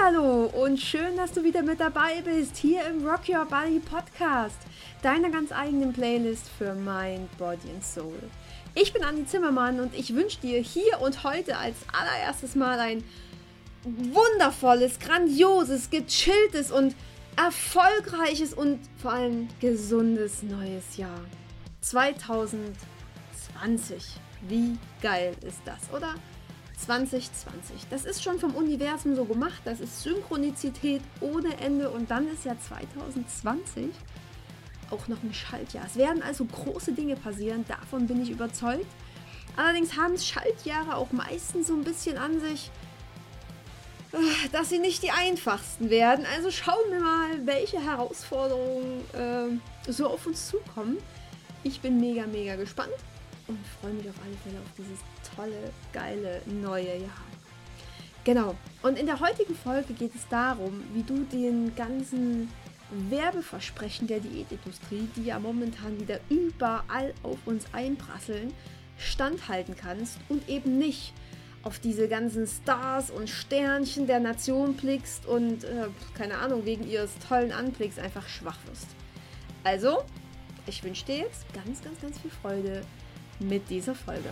Hallihallo und schön, dass du wieder mit dabei bist, hier im Rock Your Body Podcast, deiner ganz eigenen Playlist für Mind, Body and Soul. Ich bin Andi Zimmermann und ich wünsche dir hier und heute als allererstes Mal ein wundervolles, grandioses, gechilltes und erfolgreiches und vor allem gesundes neues Jahr. 2020. Wie geil ist das, oder? 2020. Das ist schon vom Universum so gemacht. Das ist Synchronizität ohne Ende. Und dann ist ja 2020 auch noch ein Schaltjahr. Es werden also große Dinge passieren. Davon bin ich überzeugt. Allerdings haben Schaltjahre auch meistens so ein bisschen an sich, dass sie nicht die einfachsten werden. Also schauen wir mal, welche Herausforderungen so auf uns zukommen. Ich bin mega, mega gespannt und freue mich auf alle Fälle auf dieses tolle, geile neue Jahr. Genau. Und in der heutigen Folge geht es darum, wie du den ganzen Werbeversprechen der Diätindustrie, die ja momentan wieder überall auf uns einprasseln, standhalten kannst und eben nicht auf diese ganzen Stars und Sternchen der Nation blickst und, keine Ahnung, wegen ihres tollen Anblicks einfach schwach wirst. Also, ich wünsche dir jetzt ganz, ganz, ganz viel Freude mit dieser Folge.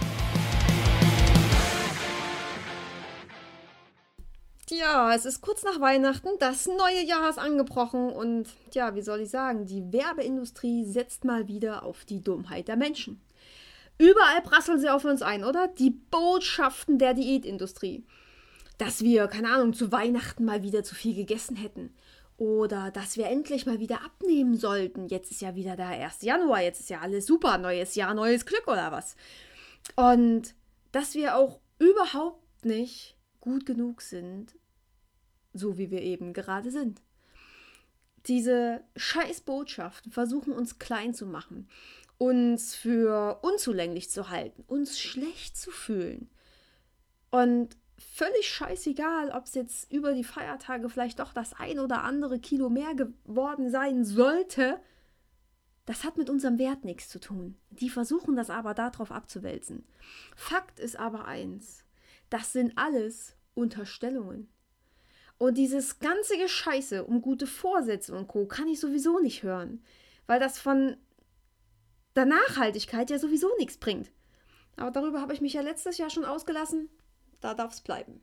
Ja, es ist kurz nach Weihnachten, das neue Jahr ist angebrochen und ja, wie soll ich sagen, die Werbeindustrie setzt mal wieder auf die Dummheit der Menschen. Überall prasseln sie auf uns ein, oder? Die Botschaften der Diätindustrie. Dass wir, keine Ahnung, zu Weihnachten mal wieder zu viel gegessen hätten. Oder dass wir endlich mal wieder abnehmen sollten. Jetzt ist ja wieder der 1. Januar, jetzt ist ja alles super. Neues Jahr, neues Glück oder was. Und dass wir auch überhaupt nicht gut genug sind, so wie wir eben gerade sind. Diese Scheißbotschaften versuchen uns klein zu machen, uns für unzulänglich zu halten, uns schlecht zu fühlen. Und völlig scheißegal, ob es jetzt über die Feiertage vielleicht doch das ein oder andere Kilo mehr geworden sein sollte, das hat mit unserem Wert nichts zu tun. Die versuchen das aber darauf abzuwälzen. Fakt ist aber eins, das sind alles Unterstellungen. Und dieses ganze Gescheiße um gute Vorsätze und Co. kann ich sowieso nicht hören, weil das von der Nachhaltigkeit ja sowieso nichts bringt. Aber darüber habe ich mich ja letztes Jahr schon ausgelassen. Da darf es bleiben.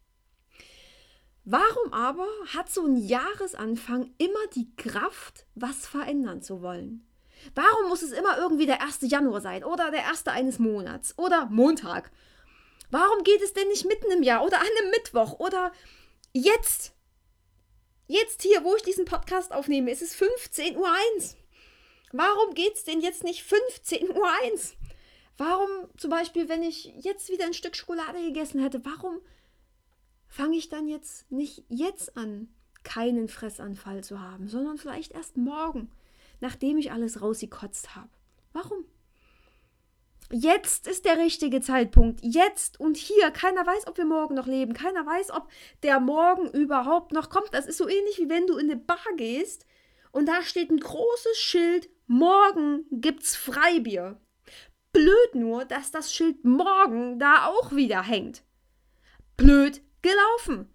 Warum aber hat so ein Jahresanfang immer die Kraft, was verändern zu wollen? Warum muss es immer irgendwie der 1. Januar sein oder der 1. eines Monats oder Montag? Warum geht es denn nicht mitten im Jahr oder an einem Mittwoch oder jetzt? Jetzt hier, wo ich diesen Podcast aufnehme, ist es 15:01 Uhr. Warum geht es denn jetzt nicht 15:01 Uhr? Warum zum Beispiel, wenn ich jetzt wieder ein Stück Schokolade gegessen hätte, warum fange ich dann jetzt nicht jetzt an, keinen Fressanfall zu haben, sondern vielleicht erst morgen, nachdem ich alles rausgekotzt habe? Warum? Jetzt ist der richtige Zeitpunkt, jetzt und hier. Keiner weiß, ob wir morgen noch leben, keiner weiß, ob der Morgen überhaupt noch kommt. Das ist so ähnlich, wie wenn du in eine Bar gehst und da steht ein großes Schild, morgen gibt's Freibier. Blöd nur, dass das Schild morgen da auch wieder hängt. Blöd gelaufen.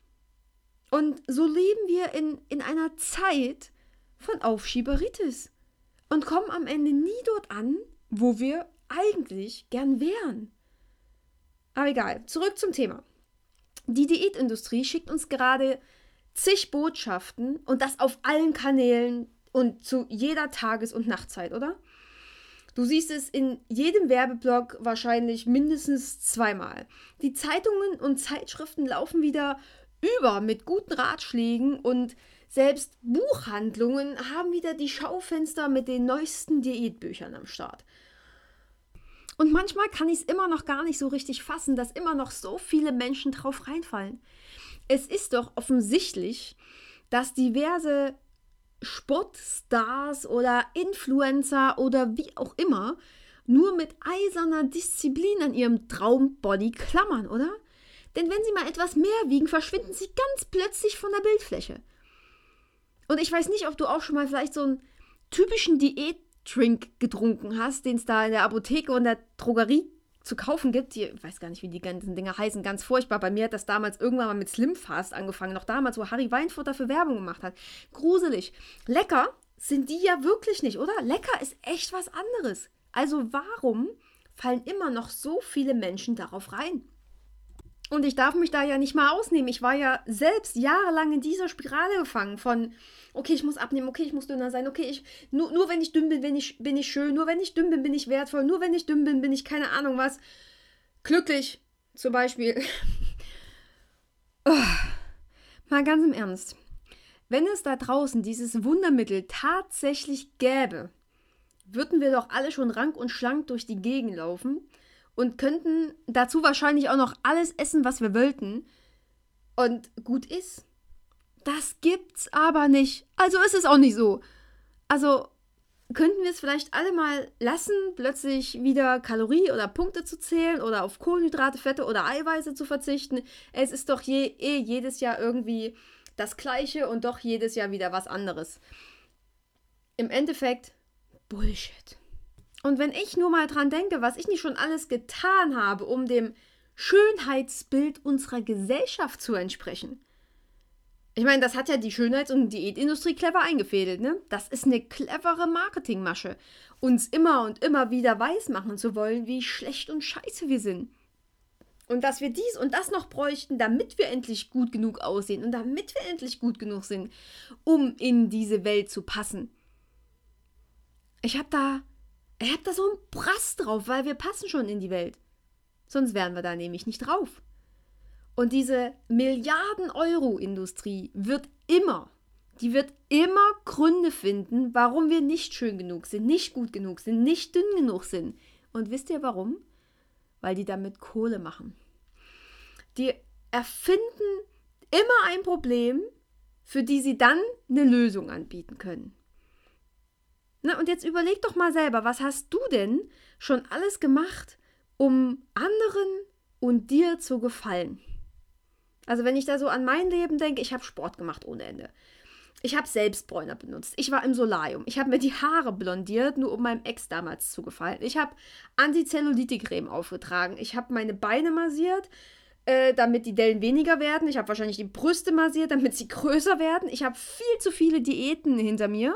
Und so leben wir in einer Zeit von Aufschieberitis und kommen am Ende nie dort an, wo wir eigentlich gern wären. Aber egal, zurück zum Thema. Die Diätindustrie schickt uns gerade zig Botschaften und das auf allen Kanälen und zu jeder Tages- und Nachtzeit, oder? Du siehst es in jedem Werbeblock wahrscheinlich mindestens zweimal. Die Zeitungen und Zeitschriften laufen wieder über mit guten Ratschlägen und selbst Buchhandlungen haben wieder die Schaufenster mit den neuesten Diätbüchern am Start. Und manchmal kann ich es immer noch gar nicht so richtig fassen, dass immer noch so viele Menschen drauf reinfallen. Es ist doch offensichtlich, dass diverse Sportstars oder Influencer oder wie auch immer nur mit eiserner Disziplin an ihrem Traumbody klammern, oder? Denn wenn sie mal etwas mehr wiegen, verschwinden sie ganz plötzlich von der Bildfläche. Und ich weiß nicht, ob du auch schon mal vielleicht so einen typischen Diätdrink getrunken hast, den es da in der Apotheke und der Drogerie zu kaufen gibt, ich weiß gar nicht, wie die ganzen Dinger heißen, ganz furchtbar. Bei mir hat das damals irgendwann mal mit Slim Fast angefangen, noch damals, wo Harry Weinfurt dafür Werbung gemacht hat. Gruselig. Lecker sind die ja wirklich nicht, oder? Lecker ist echt was anderes. Also warum fallen immer noch so viele Menschen darauf rein? Und ich darf mich da ja nicht mal ausnehmen. Ich war ja selbst jahrelang in dieser Spirale gefangen von, okay, ich muss abnehmen, okay, ich muss dünner sein, okay, nur wenn ich dünn bin, bin ich schön, nur wenn ich dünn bin ich wertvoll, nur wenn ich dünn bin ich keine Ahnung was. Glücklich, zum Beispiel. Mal ganz im Ernst. Wenn es da draußen dieses Wundermittel tatsächlich gäbe, würden wir doch alle schon rank und schlank durch die Gegend laufen und könnten dazu wahrscheinlich auch noch alles essen, was wir wollten. Und gut ist. Das gibt's aber nicht. Also ist es auch nicht so. Also könnten wir es vielleicht alle mal lassen, plötzlich wieder Kalorie oder Punkte zu zählen oder auf Kohlenhydrate, Fette oder Eiweiße zu verzichten. Es ist doch jedes Jahr irgendwie das Gleiche und doch jedes Jahr wieder was anderes. Im Endeffekt Bullshit. Und wenn ich nur mal dran denke, was ich nicht schon alles getan habe, um dem Schönheitsbild unserer Gesellschaft zu entsprechen. Ich meine, das hat ja die Schönheits- und Diätindustrie clever eingefädelt, ne? Das ist eine clevere Marketingmasche, uns immer und immer wieder weismachen zu wollen, wie schlecht und scheiße wir sind. Und dass wir dies und das noch bräuchten, damit wir endlich gut genug aussehen und damit wir endlich gut genug sind, um in diese Welt zu passen. Ich hab da so einen Brass drauf, weil wir passen schon in die Welt. Sonst wären wir da nämlich nicht drauf. Und diese Milliarden-Euro-Industrie wird immer Gründe finden, warum wir nicht schön genug sind, nicht gut genug sind, nicht dünn genug sind. Und wisst ihr warum? Weil die damit Kohle machen. Die erfinden immer ein Problem, für die sie dann eine Lösung anbieten können. Na, und jetzt überleg doch mal selber, was hast du denn schon alles gemacht, um anderen und dir zu gefallen? Also wenn ich da so an mein Leben denke, ich habe Sport gemacht ohne Ende. Ich habe Selbstbräuner benutzt. Ich war im Solarium. Ich habe mir die Haare blondiert, nur um meinem Ex damals zu gefallen. Ich habe Antizellulite-Creme aufgetragen. Ich habe meine Beine massiert, damit die Dellen weniger werden. Ich habe wahrscheinlich die Brüste massiert, damit sie größer werden. Ich habe viel zu viele Diäten hinter mir.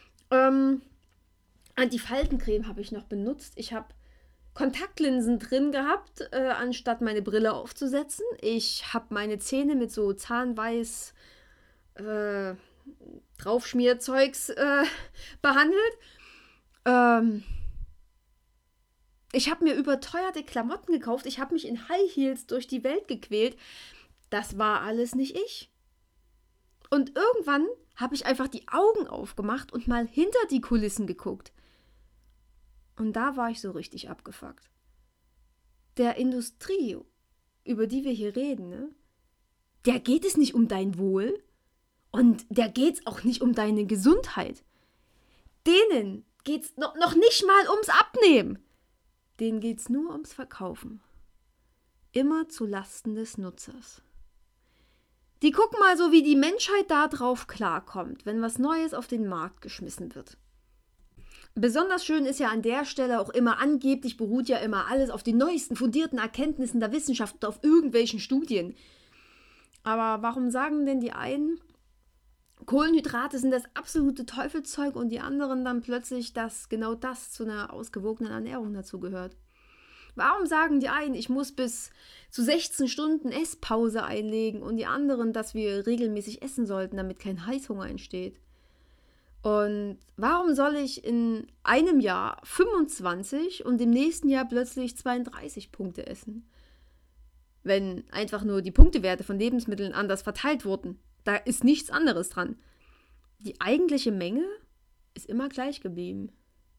Antifaltencreme habe ich noch benutzt. Ich habe Kontaktlinsen drin gehabt, anstatt meine Brille aufzusetzen. Ich habe meine Zähne mit so Zahnweiß Draufschmierzeugs behandelt. Ich habe mir überteuerte Klamotten gekauft. Ich habe mich in High Heels durch die Welt gequält. Das war alles nicht ich. Und irgendwann habe ich einfach die Augen aufgemacht und mal hinter die Kulissen geguckt. Und da war ich so richtig abgefuckt. Der Industrie, über die wir hier reden, ne, der geht es nicht um dein Wohl und der geht es auch nicht um deine Gesundheit. Denen geht es noch nicht mal ums Abnehmen. Denen geht es nur ums Verkaufen. Immer zu Lasten des Nutzers. Die gucken mal so, wie die Menschheit da drauf klarkommt, wenn was Neues auf den Markt geschmissen wird. Besonders schön ist ja an der Stelle auch immer, angeblich beruht ja immer alles auf den neuesten fundierten Erkenntnissen der Wissenschaft und auf irgendwelchen Studien. Aber warum sagen denn die einen, Kohlenhydrate sind das absolute Teufelszeug und die anderen dann plötzlich, dass genau das zu einer ausgewogenen Ernährung dazugehört? Warum sagen die einen, ich muss bis zu 16 Stunden Esspause einlegen und die anderen, dass wir regelmäßig essen sollten, damit kein Heißhunger entsteht? Und warum soll ich in einem Jahr 25 und im nächsten Jahr plötzlich 32 Punkte essen? Wenn einfach nur die Punktewerte von Lebensmitteln anders verteilt wurden. Da ist nichts anderes dran. Die eigentliche Menge ist immer gleich geblieben.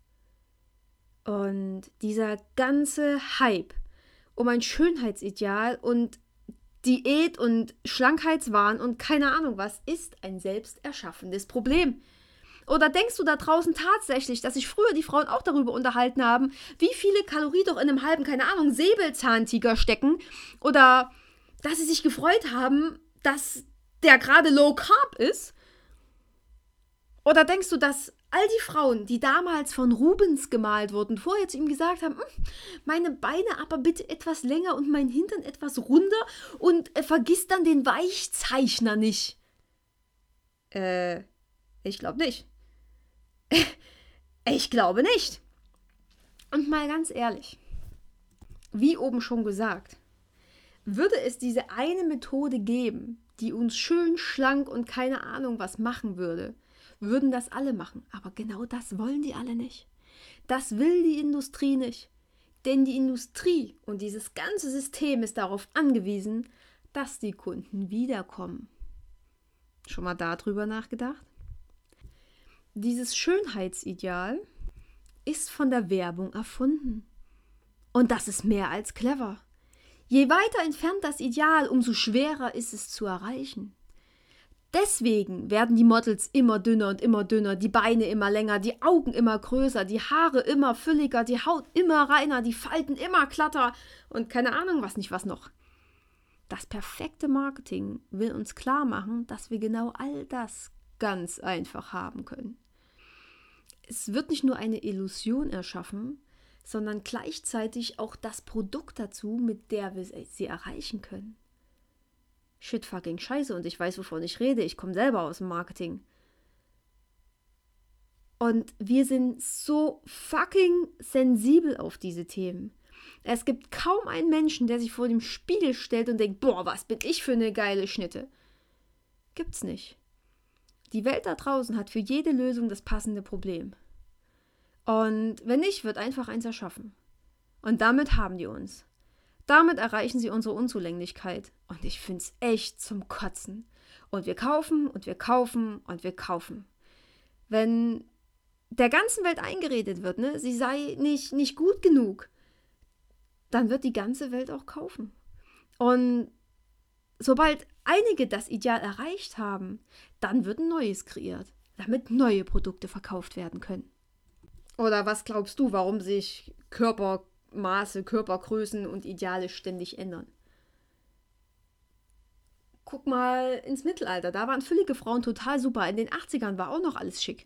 Und dieser ganze Hype um ein Schönheitsideal und Diät und Schlankheitswahn und keine Ahnung was, ist ein selbst erschaffendes Problem. Oder denkst du da draußen tatsächlich, dass sich früher die Frauen auch darüber unterhalten haben, wie viele Kalorien doch in einem halben, keine Ahnung, Säbelzahntiger stecken? Oder dass sie sich gefreut haben, dass der gerade Low Carb ist? Oder denkst du, dass all die Frauen, die damals von Rubens gemalt wurden, vorher zu ihm gesagt haben, meine Beine aber bitte etwas länger und mein Hintern etwas runder und vergiss dann den Weichzeichner nicht. Ich glaube nicht. Ich glaube nicht. Und mal ganz ehrlich, wie oben schon gesagt, würde es diese eine Methode geben, die uns schön schlank und keine Ahnung was machen würde, würden das alle machen. Aber genau das wollen die alle nicht. Das will die Industrie nicht. Denn die Industrie und dieses ganze System ist darauf angewiesen, dass die Kunden wiederkommen. Schon mal darüber nachgedacht? Dieses Schönheitsideal ist von der Werbung erfunden. Und das ist mehr als clever. Je weiter entfernt das Ideal, umso schwerer ist es zu erreichen. Deswegen werden die Models immer dünner, die Beine immer länger, die Augen immer größer, die Haare immer fülliger, die Haut immer reiner, die Falten immer glatter und keine Ahnung was noch. Das perfekte Marketing will uns klar machen, dass wir genau all das ganz einfach haben können. Es wird nicht nur eine Illusion erschaffen, sondern gleichzeitig auch das Produkt dazu, mit der wir sie erreichen können. Shit fucking scheiße und ich weiß, wovon ich rede. Ich komme selber aus dem Marketing. Und wir sind so fucking sensibel auf diese Themen. Es gibt kaum einen Menschen, der sich vor dem Spiegel stellt und denkt, boah, was bin ich für eine geile Schnitte. Gibt's nicht. Die Welt da draußen hat für jede Lösung das passende Problem. Und wenn nicht, wird einfach eins erschaffen. Und damit haben die uns. Damit erreichen sie unsere Unzulänglichkeit. Und ich finde es echt zum Kotzen. Und wir kaufen und wir kaufen und wir kaufen. Wenn der ganzen Welt eingeredet wird, ne, sie sei nicht gut genug, dann wird die ganze Welt auch kaufen. Und sobald einige das Ideal erreicht haben, dann wird ein neues kreiert, damit neue Produkte verkauft werden können. Oder was glaubst du, warum sich Körpermaße, Körpergrößen und Ideale ständig ändern? Guck mal ins Mittelalter, da waren füllige Frauen total super. In den 80ern war auch noch alles schick.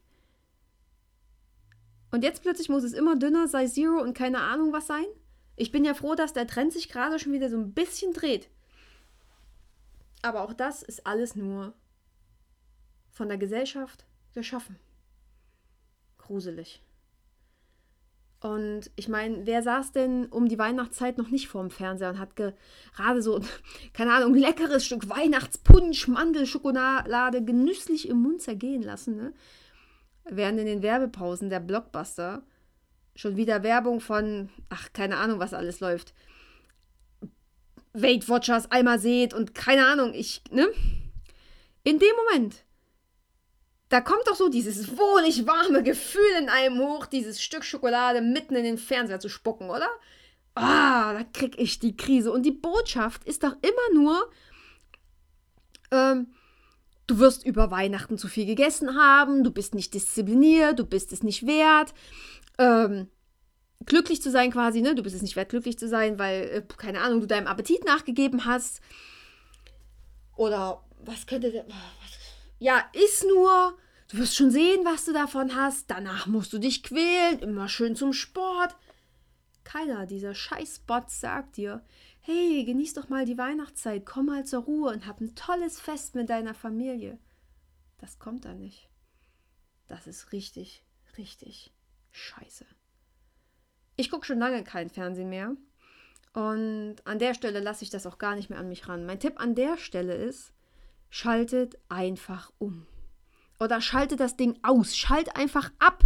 Und jetzt plötzlich muss es immer dünner, Size Zero und keine Ahnung was sein. Ich bin ja froh, dass der Trend sich gerade schon wieder so ein bisschen dreht. Aber auch das ist alles nur von der Gesellschaft geschaffen. Gruselig. Und ich meine, wer saß denn um die Weihnachtszeit noch nicht vorm Fernseher und hat gerade so, keine Ahnung, leckeres Stück Weihnachtspunsch, Mandelschokolade genüsslich im Mund zergehen lassen, ne? Während in den Werbepausen der Blockbuster schon wieder Werbung von, keine Ahnung, was alles läuft. Weight Watchers, Almazet und keine Ahnung, In dem Moment, da kommt doch so dieses wohlig warme Gefühl in einem hoch, dieses Stück Schokolade mitten in den Fernseher zu spucken, oder? Da krieg ich die Krise. Und die Botschaft ist doch immer nur, du wirst über Weihnachten zu viel gegessen haben, du bist nicht diszipliniert, du bist es nicht wert, glücklich zu sein quasi, ne? Du bist es nicht wert, glücklich zu sein, weil, keine Ahnung, du deinem Appetit nachgegeben hast. Oder was könnte der... Ja, iss nur, du wirst schon sehen, was du davon hast. Danach musst du dich quälen, immer schön zum Sport. Keiner dieser Scheißbots sagt dir, hey, genieß doch mal die Weihnachtszeit, komm mal zur Ruhe und hab ein tolles Fest mit deiner Familie. Das kommt da nicht. Das ist richtig, richtig scheiße. Ich gucke schon lange kein Fernsehen mehr. Und an der Stelle lasse ich das auch gar nicht mehr an mich ran. Mein Tipp an der Stelle ist, schaltet einfach um. Oder schaltet das Ding aus. Schalt einfach ab.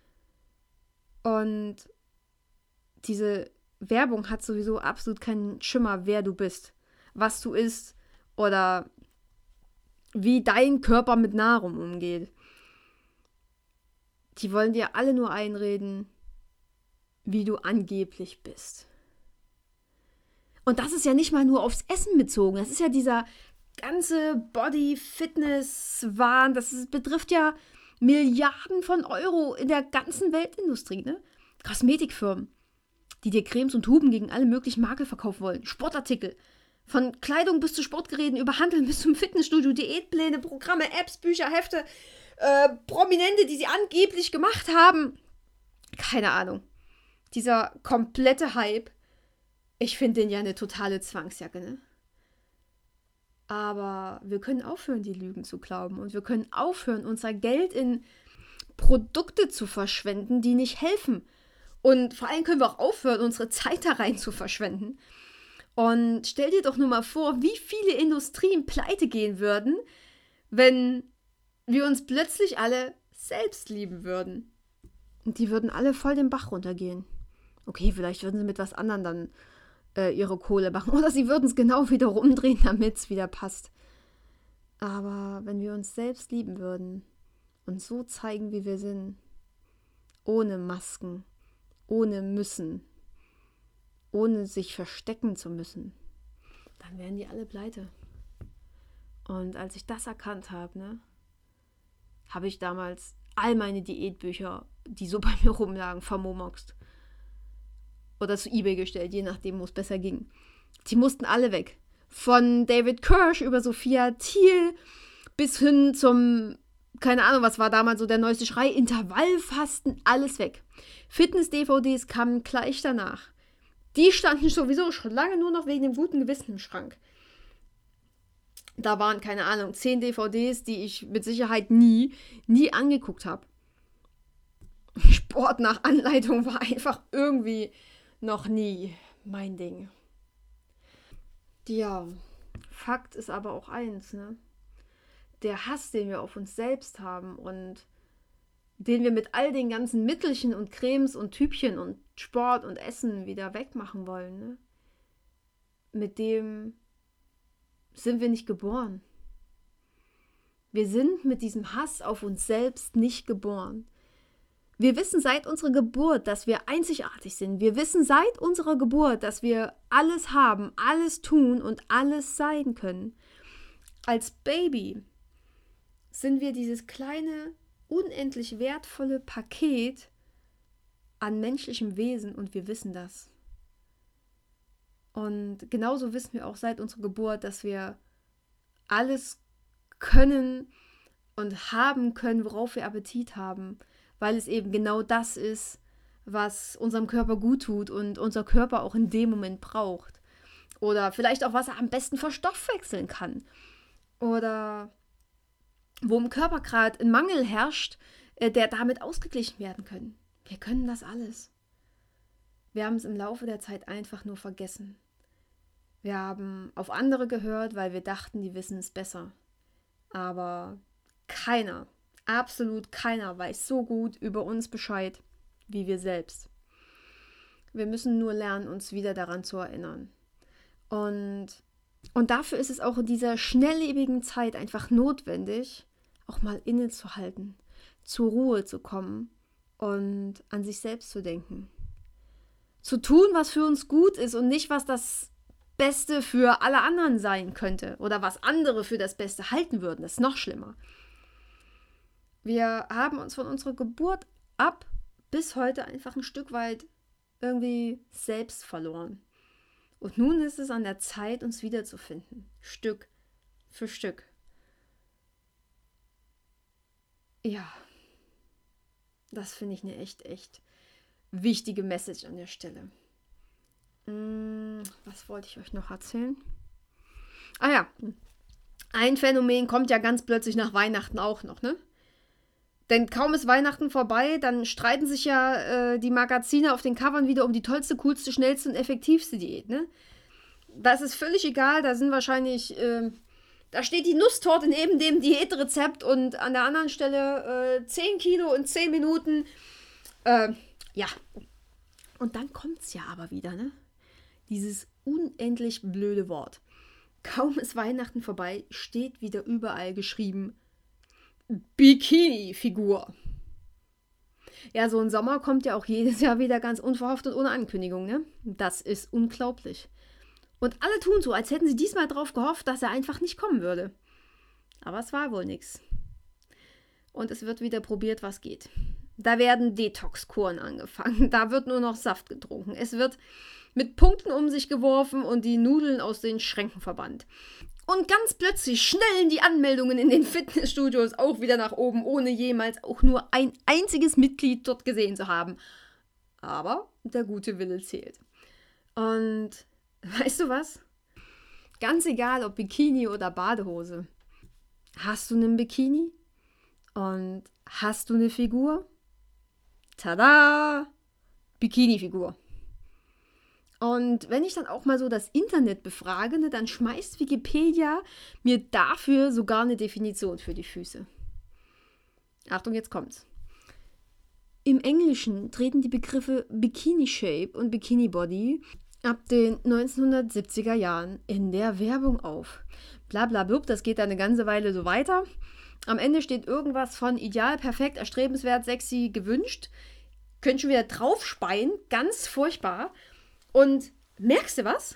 Und diese Werbung hat sowieso absolut keinen Schimmer, wer du bist, was du isst oder wie dein Körper mit Nahrung umgeht. Die wollen dir alle nur einreden, wie du angeblich bist. Und das ist ja nicht mal nur aufs Essen bezogen. Das ist ja dieser ganze Body-Fitness-Wahn. Das betrifft ja Milliarden von Euro in der ganzen Weltindustrie, ne? Kosmetikfirmen, die dir Cremes und Tuben gegen alle möglichen Makel verkaufen wollen. Sportartikel. Von Kleidung bis zu Sportgeräten, über Handeln bis zum Fitnessstudio, Diätpläne, Programme, Apps, Bücher, Hefte, Prominente, die sie angeblich gemacht haben. Keine Ahnung. Dieser komplette Hype. Ich finde den ja eine totale Zwangsjacke, ne? Aber wir können aufhören, die Lügen zu glauben. Und wir können aufhören, unser Geld in Produkte zu verschwenden, die nicht helfen. Und vor allem können wir auch aufhören, unsere Zeit da rein zu verschwenden. Und stell dir doch nur mal vor, wie viele Industrien pleite gehen würden, wenn wir uns plötzlich alle selbst lieben würden. Und die würden alle voll den Bach runtergehen. Okay, vielleicht würden sie mit was anderem dann ihre Kohle machen. Oder sie würden es genau wieder rumdrehen, damit es wieder passt. Aber wenn wir uns selbst lieben würden und so zeigen, wie wir sind, ohne Masken, ohne müssen, ohne sich verstecken zu müssen, dann wären die alle pleite. Und als ich das erkannt habe, ne, habe ich damals all meine Diätbücher, die so bei mir rumlagen, vermomoxt. Oder zu eBay gestellt, je nachdem, wo es besser ging. Die mussten alle weg. Von David Kirsch über Sophia Thiel bis hin zum, keine Ahnung, was war damals so der neueste Schrei, Intervallfasten, alles weg. Fitness-DVDs kamen gleich danach. Die standen sowieso schon lange nur noch wegen dem guten Gewissen im Schrank. Da waren, keine Ahnung, 10 DVDs, die ich mit Sicherheit nie angeguckt habe. Sport nach Anleitung war einfach irgendwie noch nie mein Ding. Ja, Fakt ist aber auch eins, ne? Der Hass, den wir auf uns selbst haben und den wir mit all den ganzen Mittelchen und Cremes und Tübchen und Sport und Essen wieder wegmachen wollen, ne? Mit dem sind wir nicht geboren. Wir sind mit diesem Hass auf uns selbst nicht geboren. Wir wissen seit unserer Geburt, dass wir einzigartig sind. Wir wissen seit unserer Geburt, dass wir alles haben, alles tun und alles sein können. Als Baby sind wir dieses kleine, unendlich wertvolle Paket an menschlichem Wesen und wir wissen das. Und genauso wissen wir auch seit unserer Geburt, dass wir alles können und haben können, worauf wir Appetit haben, weil es eben genau das ist, was unserem Körper gut tut und unser Körper auch in dem Moment braucht. Oder vielleicht auch, was er am besten verstoffwechseln kann. Oder wo im Körper gerade ein Mangel herrscht, der damit ausgeglichen werden kann. Wir können das alles. Wir haben es im Laufe der Zeit einfach nur vergessen. Wir haben auf andere gehört, weil wir dachten, die wissen es besser. Aber keiner, absolut keiner weiß so gut über uns Bescheid wie wir selbst. Wir müssen nur lernen, uns wieder daran zu erinnern. Und dafür ist es auch in dieser schnelllebigen Zeit einfach notwendig, auch mal innezuhalten, zur Ruhe zu kommen und an sich selbst zu denken. Zu tun, was für uns gut ist und nicht, was das Beste für alle anderen sein könnte oder was andere für das Beste halten würden. Das ist noch schlimmer. Wir haben uns von unserer Geburt ab bis heute einfach ein Stück weit irgendwie selbst verloren. Und nun ist es an der Zeit, uns wiederzufinden. Stück für Stück. Ja, das finde ich eine echt wichtige Message an der Stelle. Was wollte ich euch noch erzählen? Ah ja, ein Phänomen kommt ja ganz plötzlich nach Weihnachten auch noch, ne? Denn kaum ist Weihnachten vorbei, dann streiten sich ja die Magazine auf den Covern wieder um die tollste, coolste, schnellste und effektivste Diät, ne? Das ist völlig egal, da sind wahrscheinlich, da steht die Nusstorte neben dem Diätrezept und an der anderen Stelle 10 Kilo in 10 Minuten. Ja. Und dann kommt's ja aber wieder, ne? Dieses unendlich blöde Wort. Kaum ist Weihnachten vorbei, steht wieder überall geschrieben Bikini-Figur. Ja, so ein Sommer kommt ja auch jedes Jahr wieder ganz unverhofft und ohne Ankündigung, ne? Das ist unglaublich. Und alle tun so, als hätten sie diesmal drauf gehofft, dass er einfach nicht kommen würde. Aber es war wohl nichts. Und es wird wieder probiert, was geht. Da werden Detox-Kuren angefangen. Da wird nur noch Saft getrunken. Es wird mit Punkten um sich geworfen und die Nudeln aus den Schränken verbannt. Und ganz plötzlich schnellen die Anmeldungen in den Fitnessstudios auch wieder nach oben, ohne jemals auch nur ein einziges Mitglied dort gesehen zu haben. Aber der gute Wille zählt. Und weißt du was? Ganz egal, ob Bikini oder Badehose. Hast du einen Bikini? Und hast du eine Figur? Tada! Bikini-Figur. Und wenn ich dann auch mal so das Internet befrage, ne, dann schmeißt Wikipedia mir dafür sogar eine Definition für die Füße. Achtung, jetzt kommt's. Im Englischen treten die Begriffe Bikini Shape und Bikini Body ab den 1970er Jahren in der Werbung auf. Blablablub, das geht dann eine ganze Weile so weiter. Am Ende steht irgendwas von ideal, perfekt, erstrebenswert, sexy, gewünscht. Könnt schon wieder draufspeien, ganz furchtbar. Und merkst du was?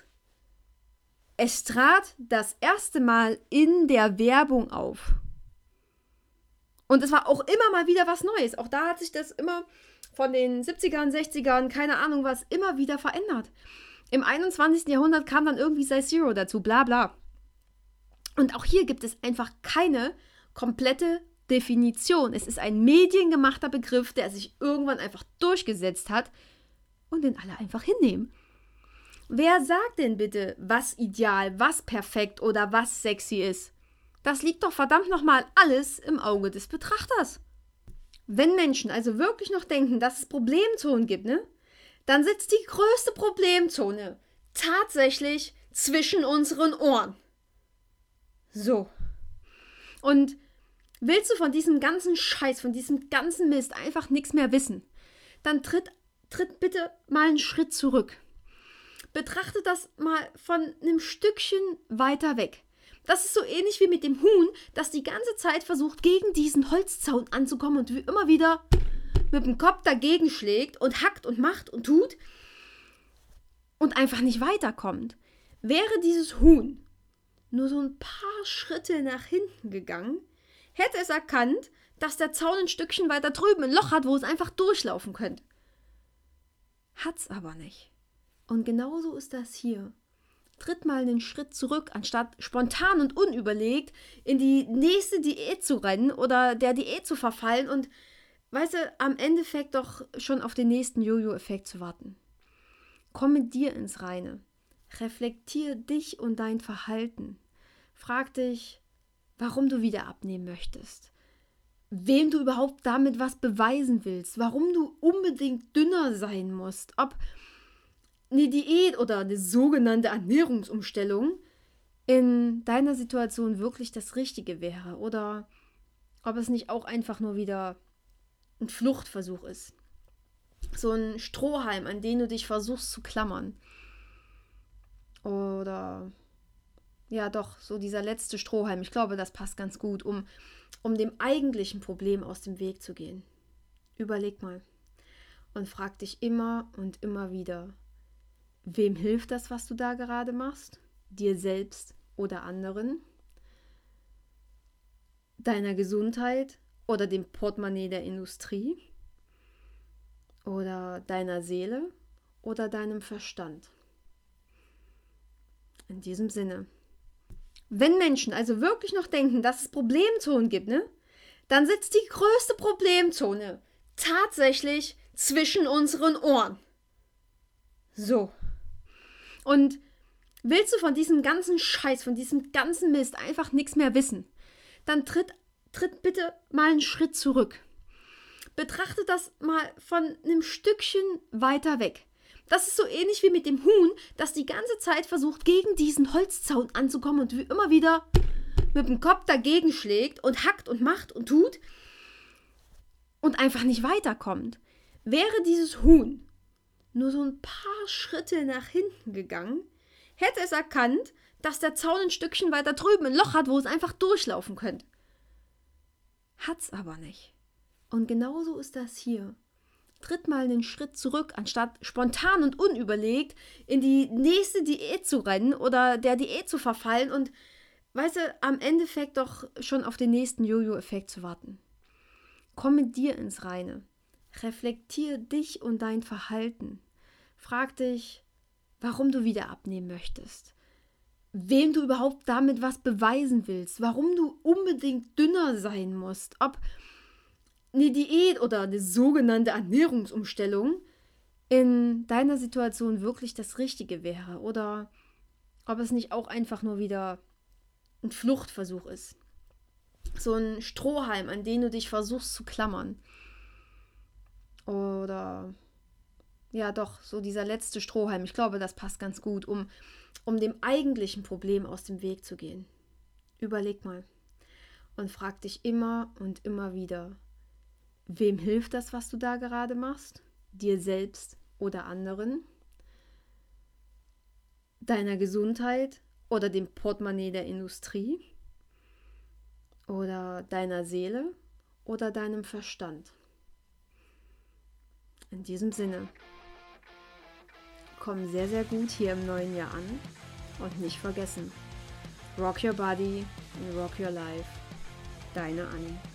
Es trat das erste Mal in der Werbung auf. Und es war auch immer mal wieder was Neues. Auch da hat sich das immer von den 70ern, 60ern, keine Ahnung was, immer wieder verändert. Im 21. Jahrhundert kam dann irgendwie Size Zero dazu, bla bla. Und auch hier gibt es einfach keine komplette Definition. Es ist ein mediengemachter Begriff, der sich irgendwann einfach durchgesetzt hat und den alle einfach hinnehmen. Wer sagt denn bitte, was ideal, was perfekt oder was sexy ist? Das liegt doch verdammt nochmal alles im Auge des Betrachters. Wenn Menschen also wirklich noch denken, dass es Problemzonen gibt, ne, dann sitzt die größte Problemzone tatsächlich zwischen unseren Ohren. So. Und willst du von diesem ganzen Scheiß, von diesem ganzen Mist einfach nichts mehr wissen, dann tritt bitte mal einen Schritt zurück. Betrachte das mal von einem Stückchen weiter weg. Das ist so ähnlich wie mit dem Huhn, das die ganze Zeit versucht, gegen diesen Holzzaun anzukommen und wie immer wieder mit dem Kopf dagegen schlägt und hackt und macht und tut und einfach nicht weiterkommt. Wäre dieses Huhn nur so ein paar Schritte nach hinten gegangen, hätte es erkannt, dass der Zaun ein Stückchen weiter drüben ein Loch hat, wo es einfach durchlaufen könnte. Hat's aber nicht. Und genauso ist das hier. Tritt mal einen Schritt zurück, anstatt spontan und unüberlegt in die nächste Diät zu rennen oder der Diät zu verfallen und, weißt du, am Endeffekt doch schon auf den nächsten Jojo-Effekt zu warten. Komm mit dir ins Reine. Reflektier dich und dein Verhalten. Frag dich, warum du wieder abnehmen möchtest. Wem du überhaupt damit was beweisen willst. Warum du unbedingt dünner sein musst. Ob eine Diät oder eine sogenannte Ernährungsumstellung in deiner Situation wirklich das Richtige wäre oder ob es nicht auch einfach nur wieder ein Fluchtversuch ist. So ein Strohhalm, an den du dich versuchst zu klammern. Oder ja doch, so dieser letzte Strohhalm. Ich glaube, das passt ganz gut, um dem eigentlichen Problem aus dem Weg zu gehen. Überleg mal und frag dich immer und immer wieder, wem hilft das, was du da gerade machst? Dir selbst oder anderen? Deiner Gesundheit oder dem Portemonnaie der Industrie? Oder deiner Seele oder deinem Verstand? In diesem Sinne. Wenn Menschen also wirklich noch denken, dass es Problemzonen gibt, ne, dann sitzt die größte Problemzone tatsächlich zwischen unseren Ohren. So. Und willst du von diesem ganzen Scheiß, von diesem ganzen Mist einfach nichts mehr wissen, dann tritt bitte mal einen Schritt zurück. Betrachte das mal von einem Stückchen weiter weg. Das ist so ähnlich wie mit dem Huhn, das die ganze Zeit versucht, gegen diesen Holzzaun anzukommen und wie immer wieder mit dem Kopf dagegen schlägt und hackt und macht und tut und einfach nicht weiterkommt. Wäre dieses Huhn nur so ein paar Schritte nach hinten gegangen, hätte es erkannt, dass der Zaun ein Stückchen weiter drüben ein Loch hat, wo es einfach durchlaufen könnte. Hat's aber nicht. Und genauso ist das hier. Tritt mal einen Schritt zurück, anstatt spontan und unüberlegt in die nächste Diät zu rennen oder der Diät zu verfallen und, weißt du, am Endeffekt doch schon auf den nächsten Jojo-Effekt zu warten. Komm mit dir ins Reine. Reflektier dich und dein Verhalten. Frag dich, warum du wieder abnehmen möchtest. wem du überhaupt damit was beweisen willst, warum du unbedingt dünner sein musst, ob eine Diät oder eine sogenannte Ernährungsumstellung in deiner Situation wirklich das Richtige wäre oder ob es nicht auch einfach nur wieder ein Fluchtversuch ist. So ein Strohhalm, an den du dich versuchst zu klammern. Oder ja doch, so dieser letzte Strohhalm. Ich glaube, das passt ganz gut, um dem eigentlichen Problem aus dem Weg zu gehen. Überleg mal und frag dich immer und immer wieder, wem hilft das, was du da gerade machst? Dir selbst oder anderen? Deiner Gesundheit oder dem Portemonnaie der Industrie? Oder deiner Seele oder deinem Verstand? In diesem Sinne, komm sehr, sehr gut hier im neuen Jahr an und nicht vergessen, rock your body and rock your life. Deine Anni.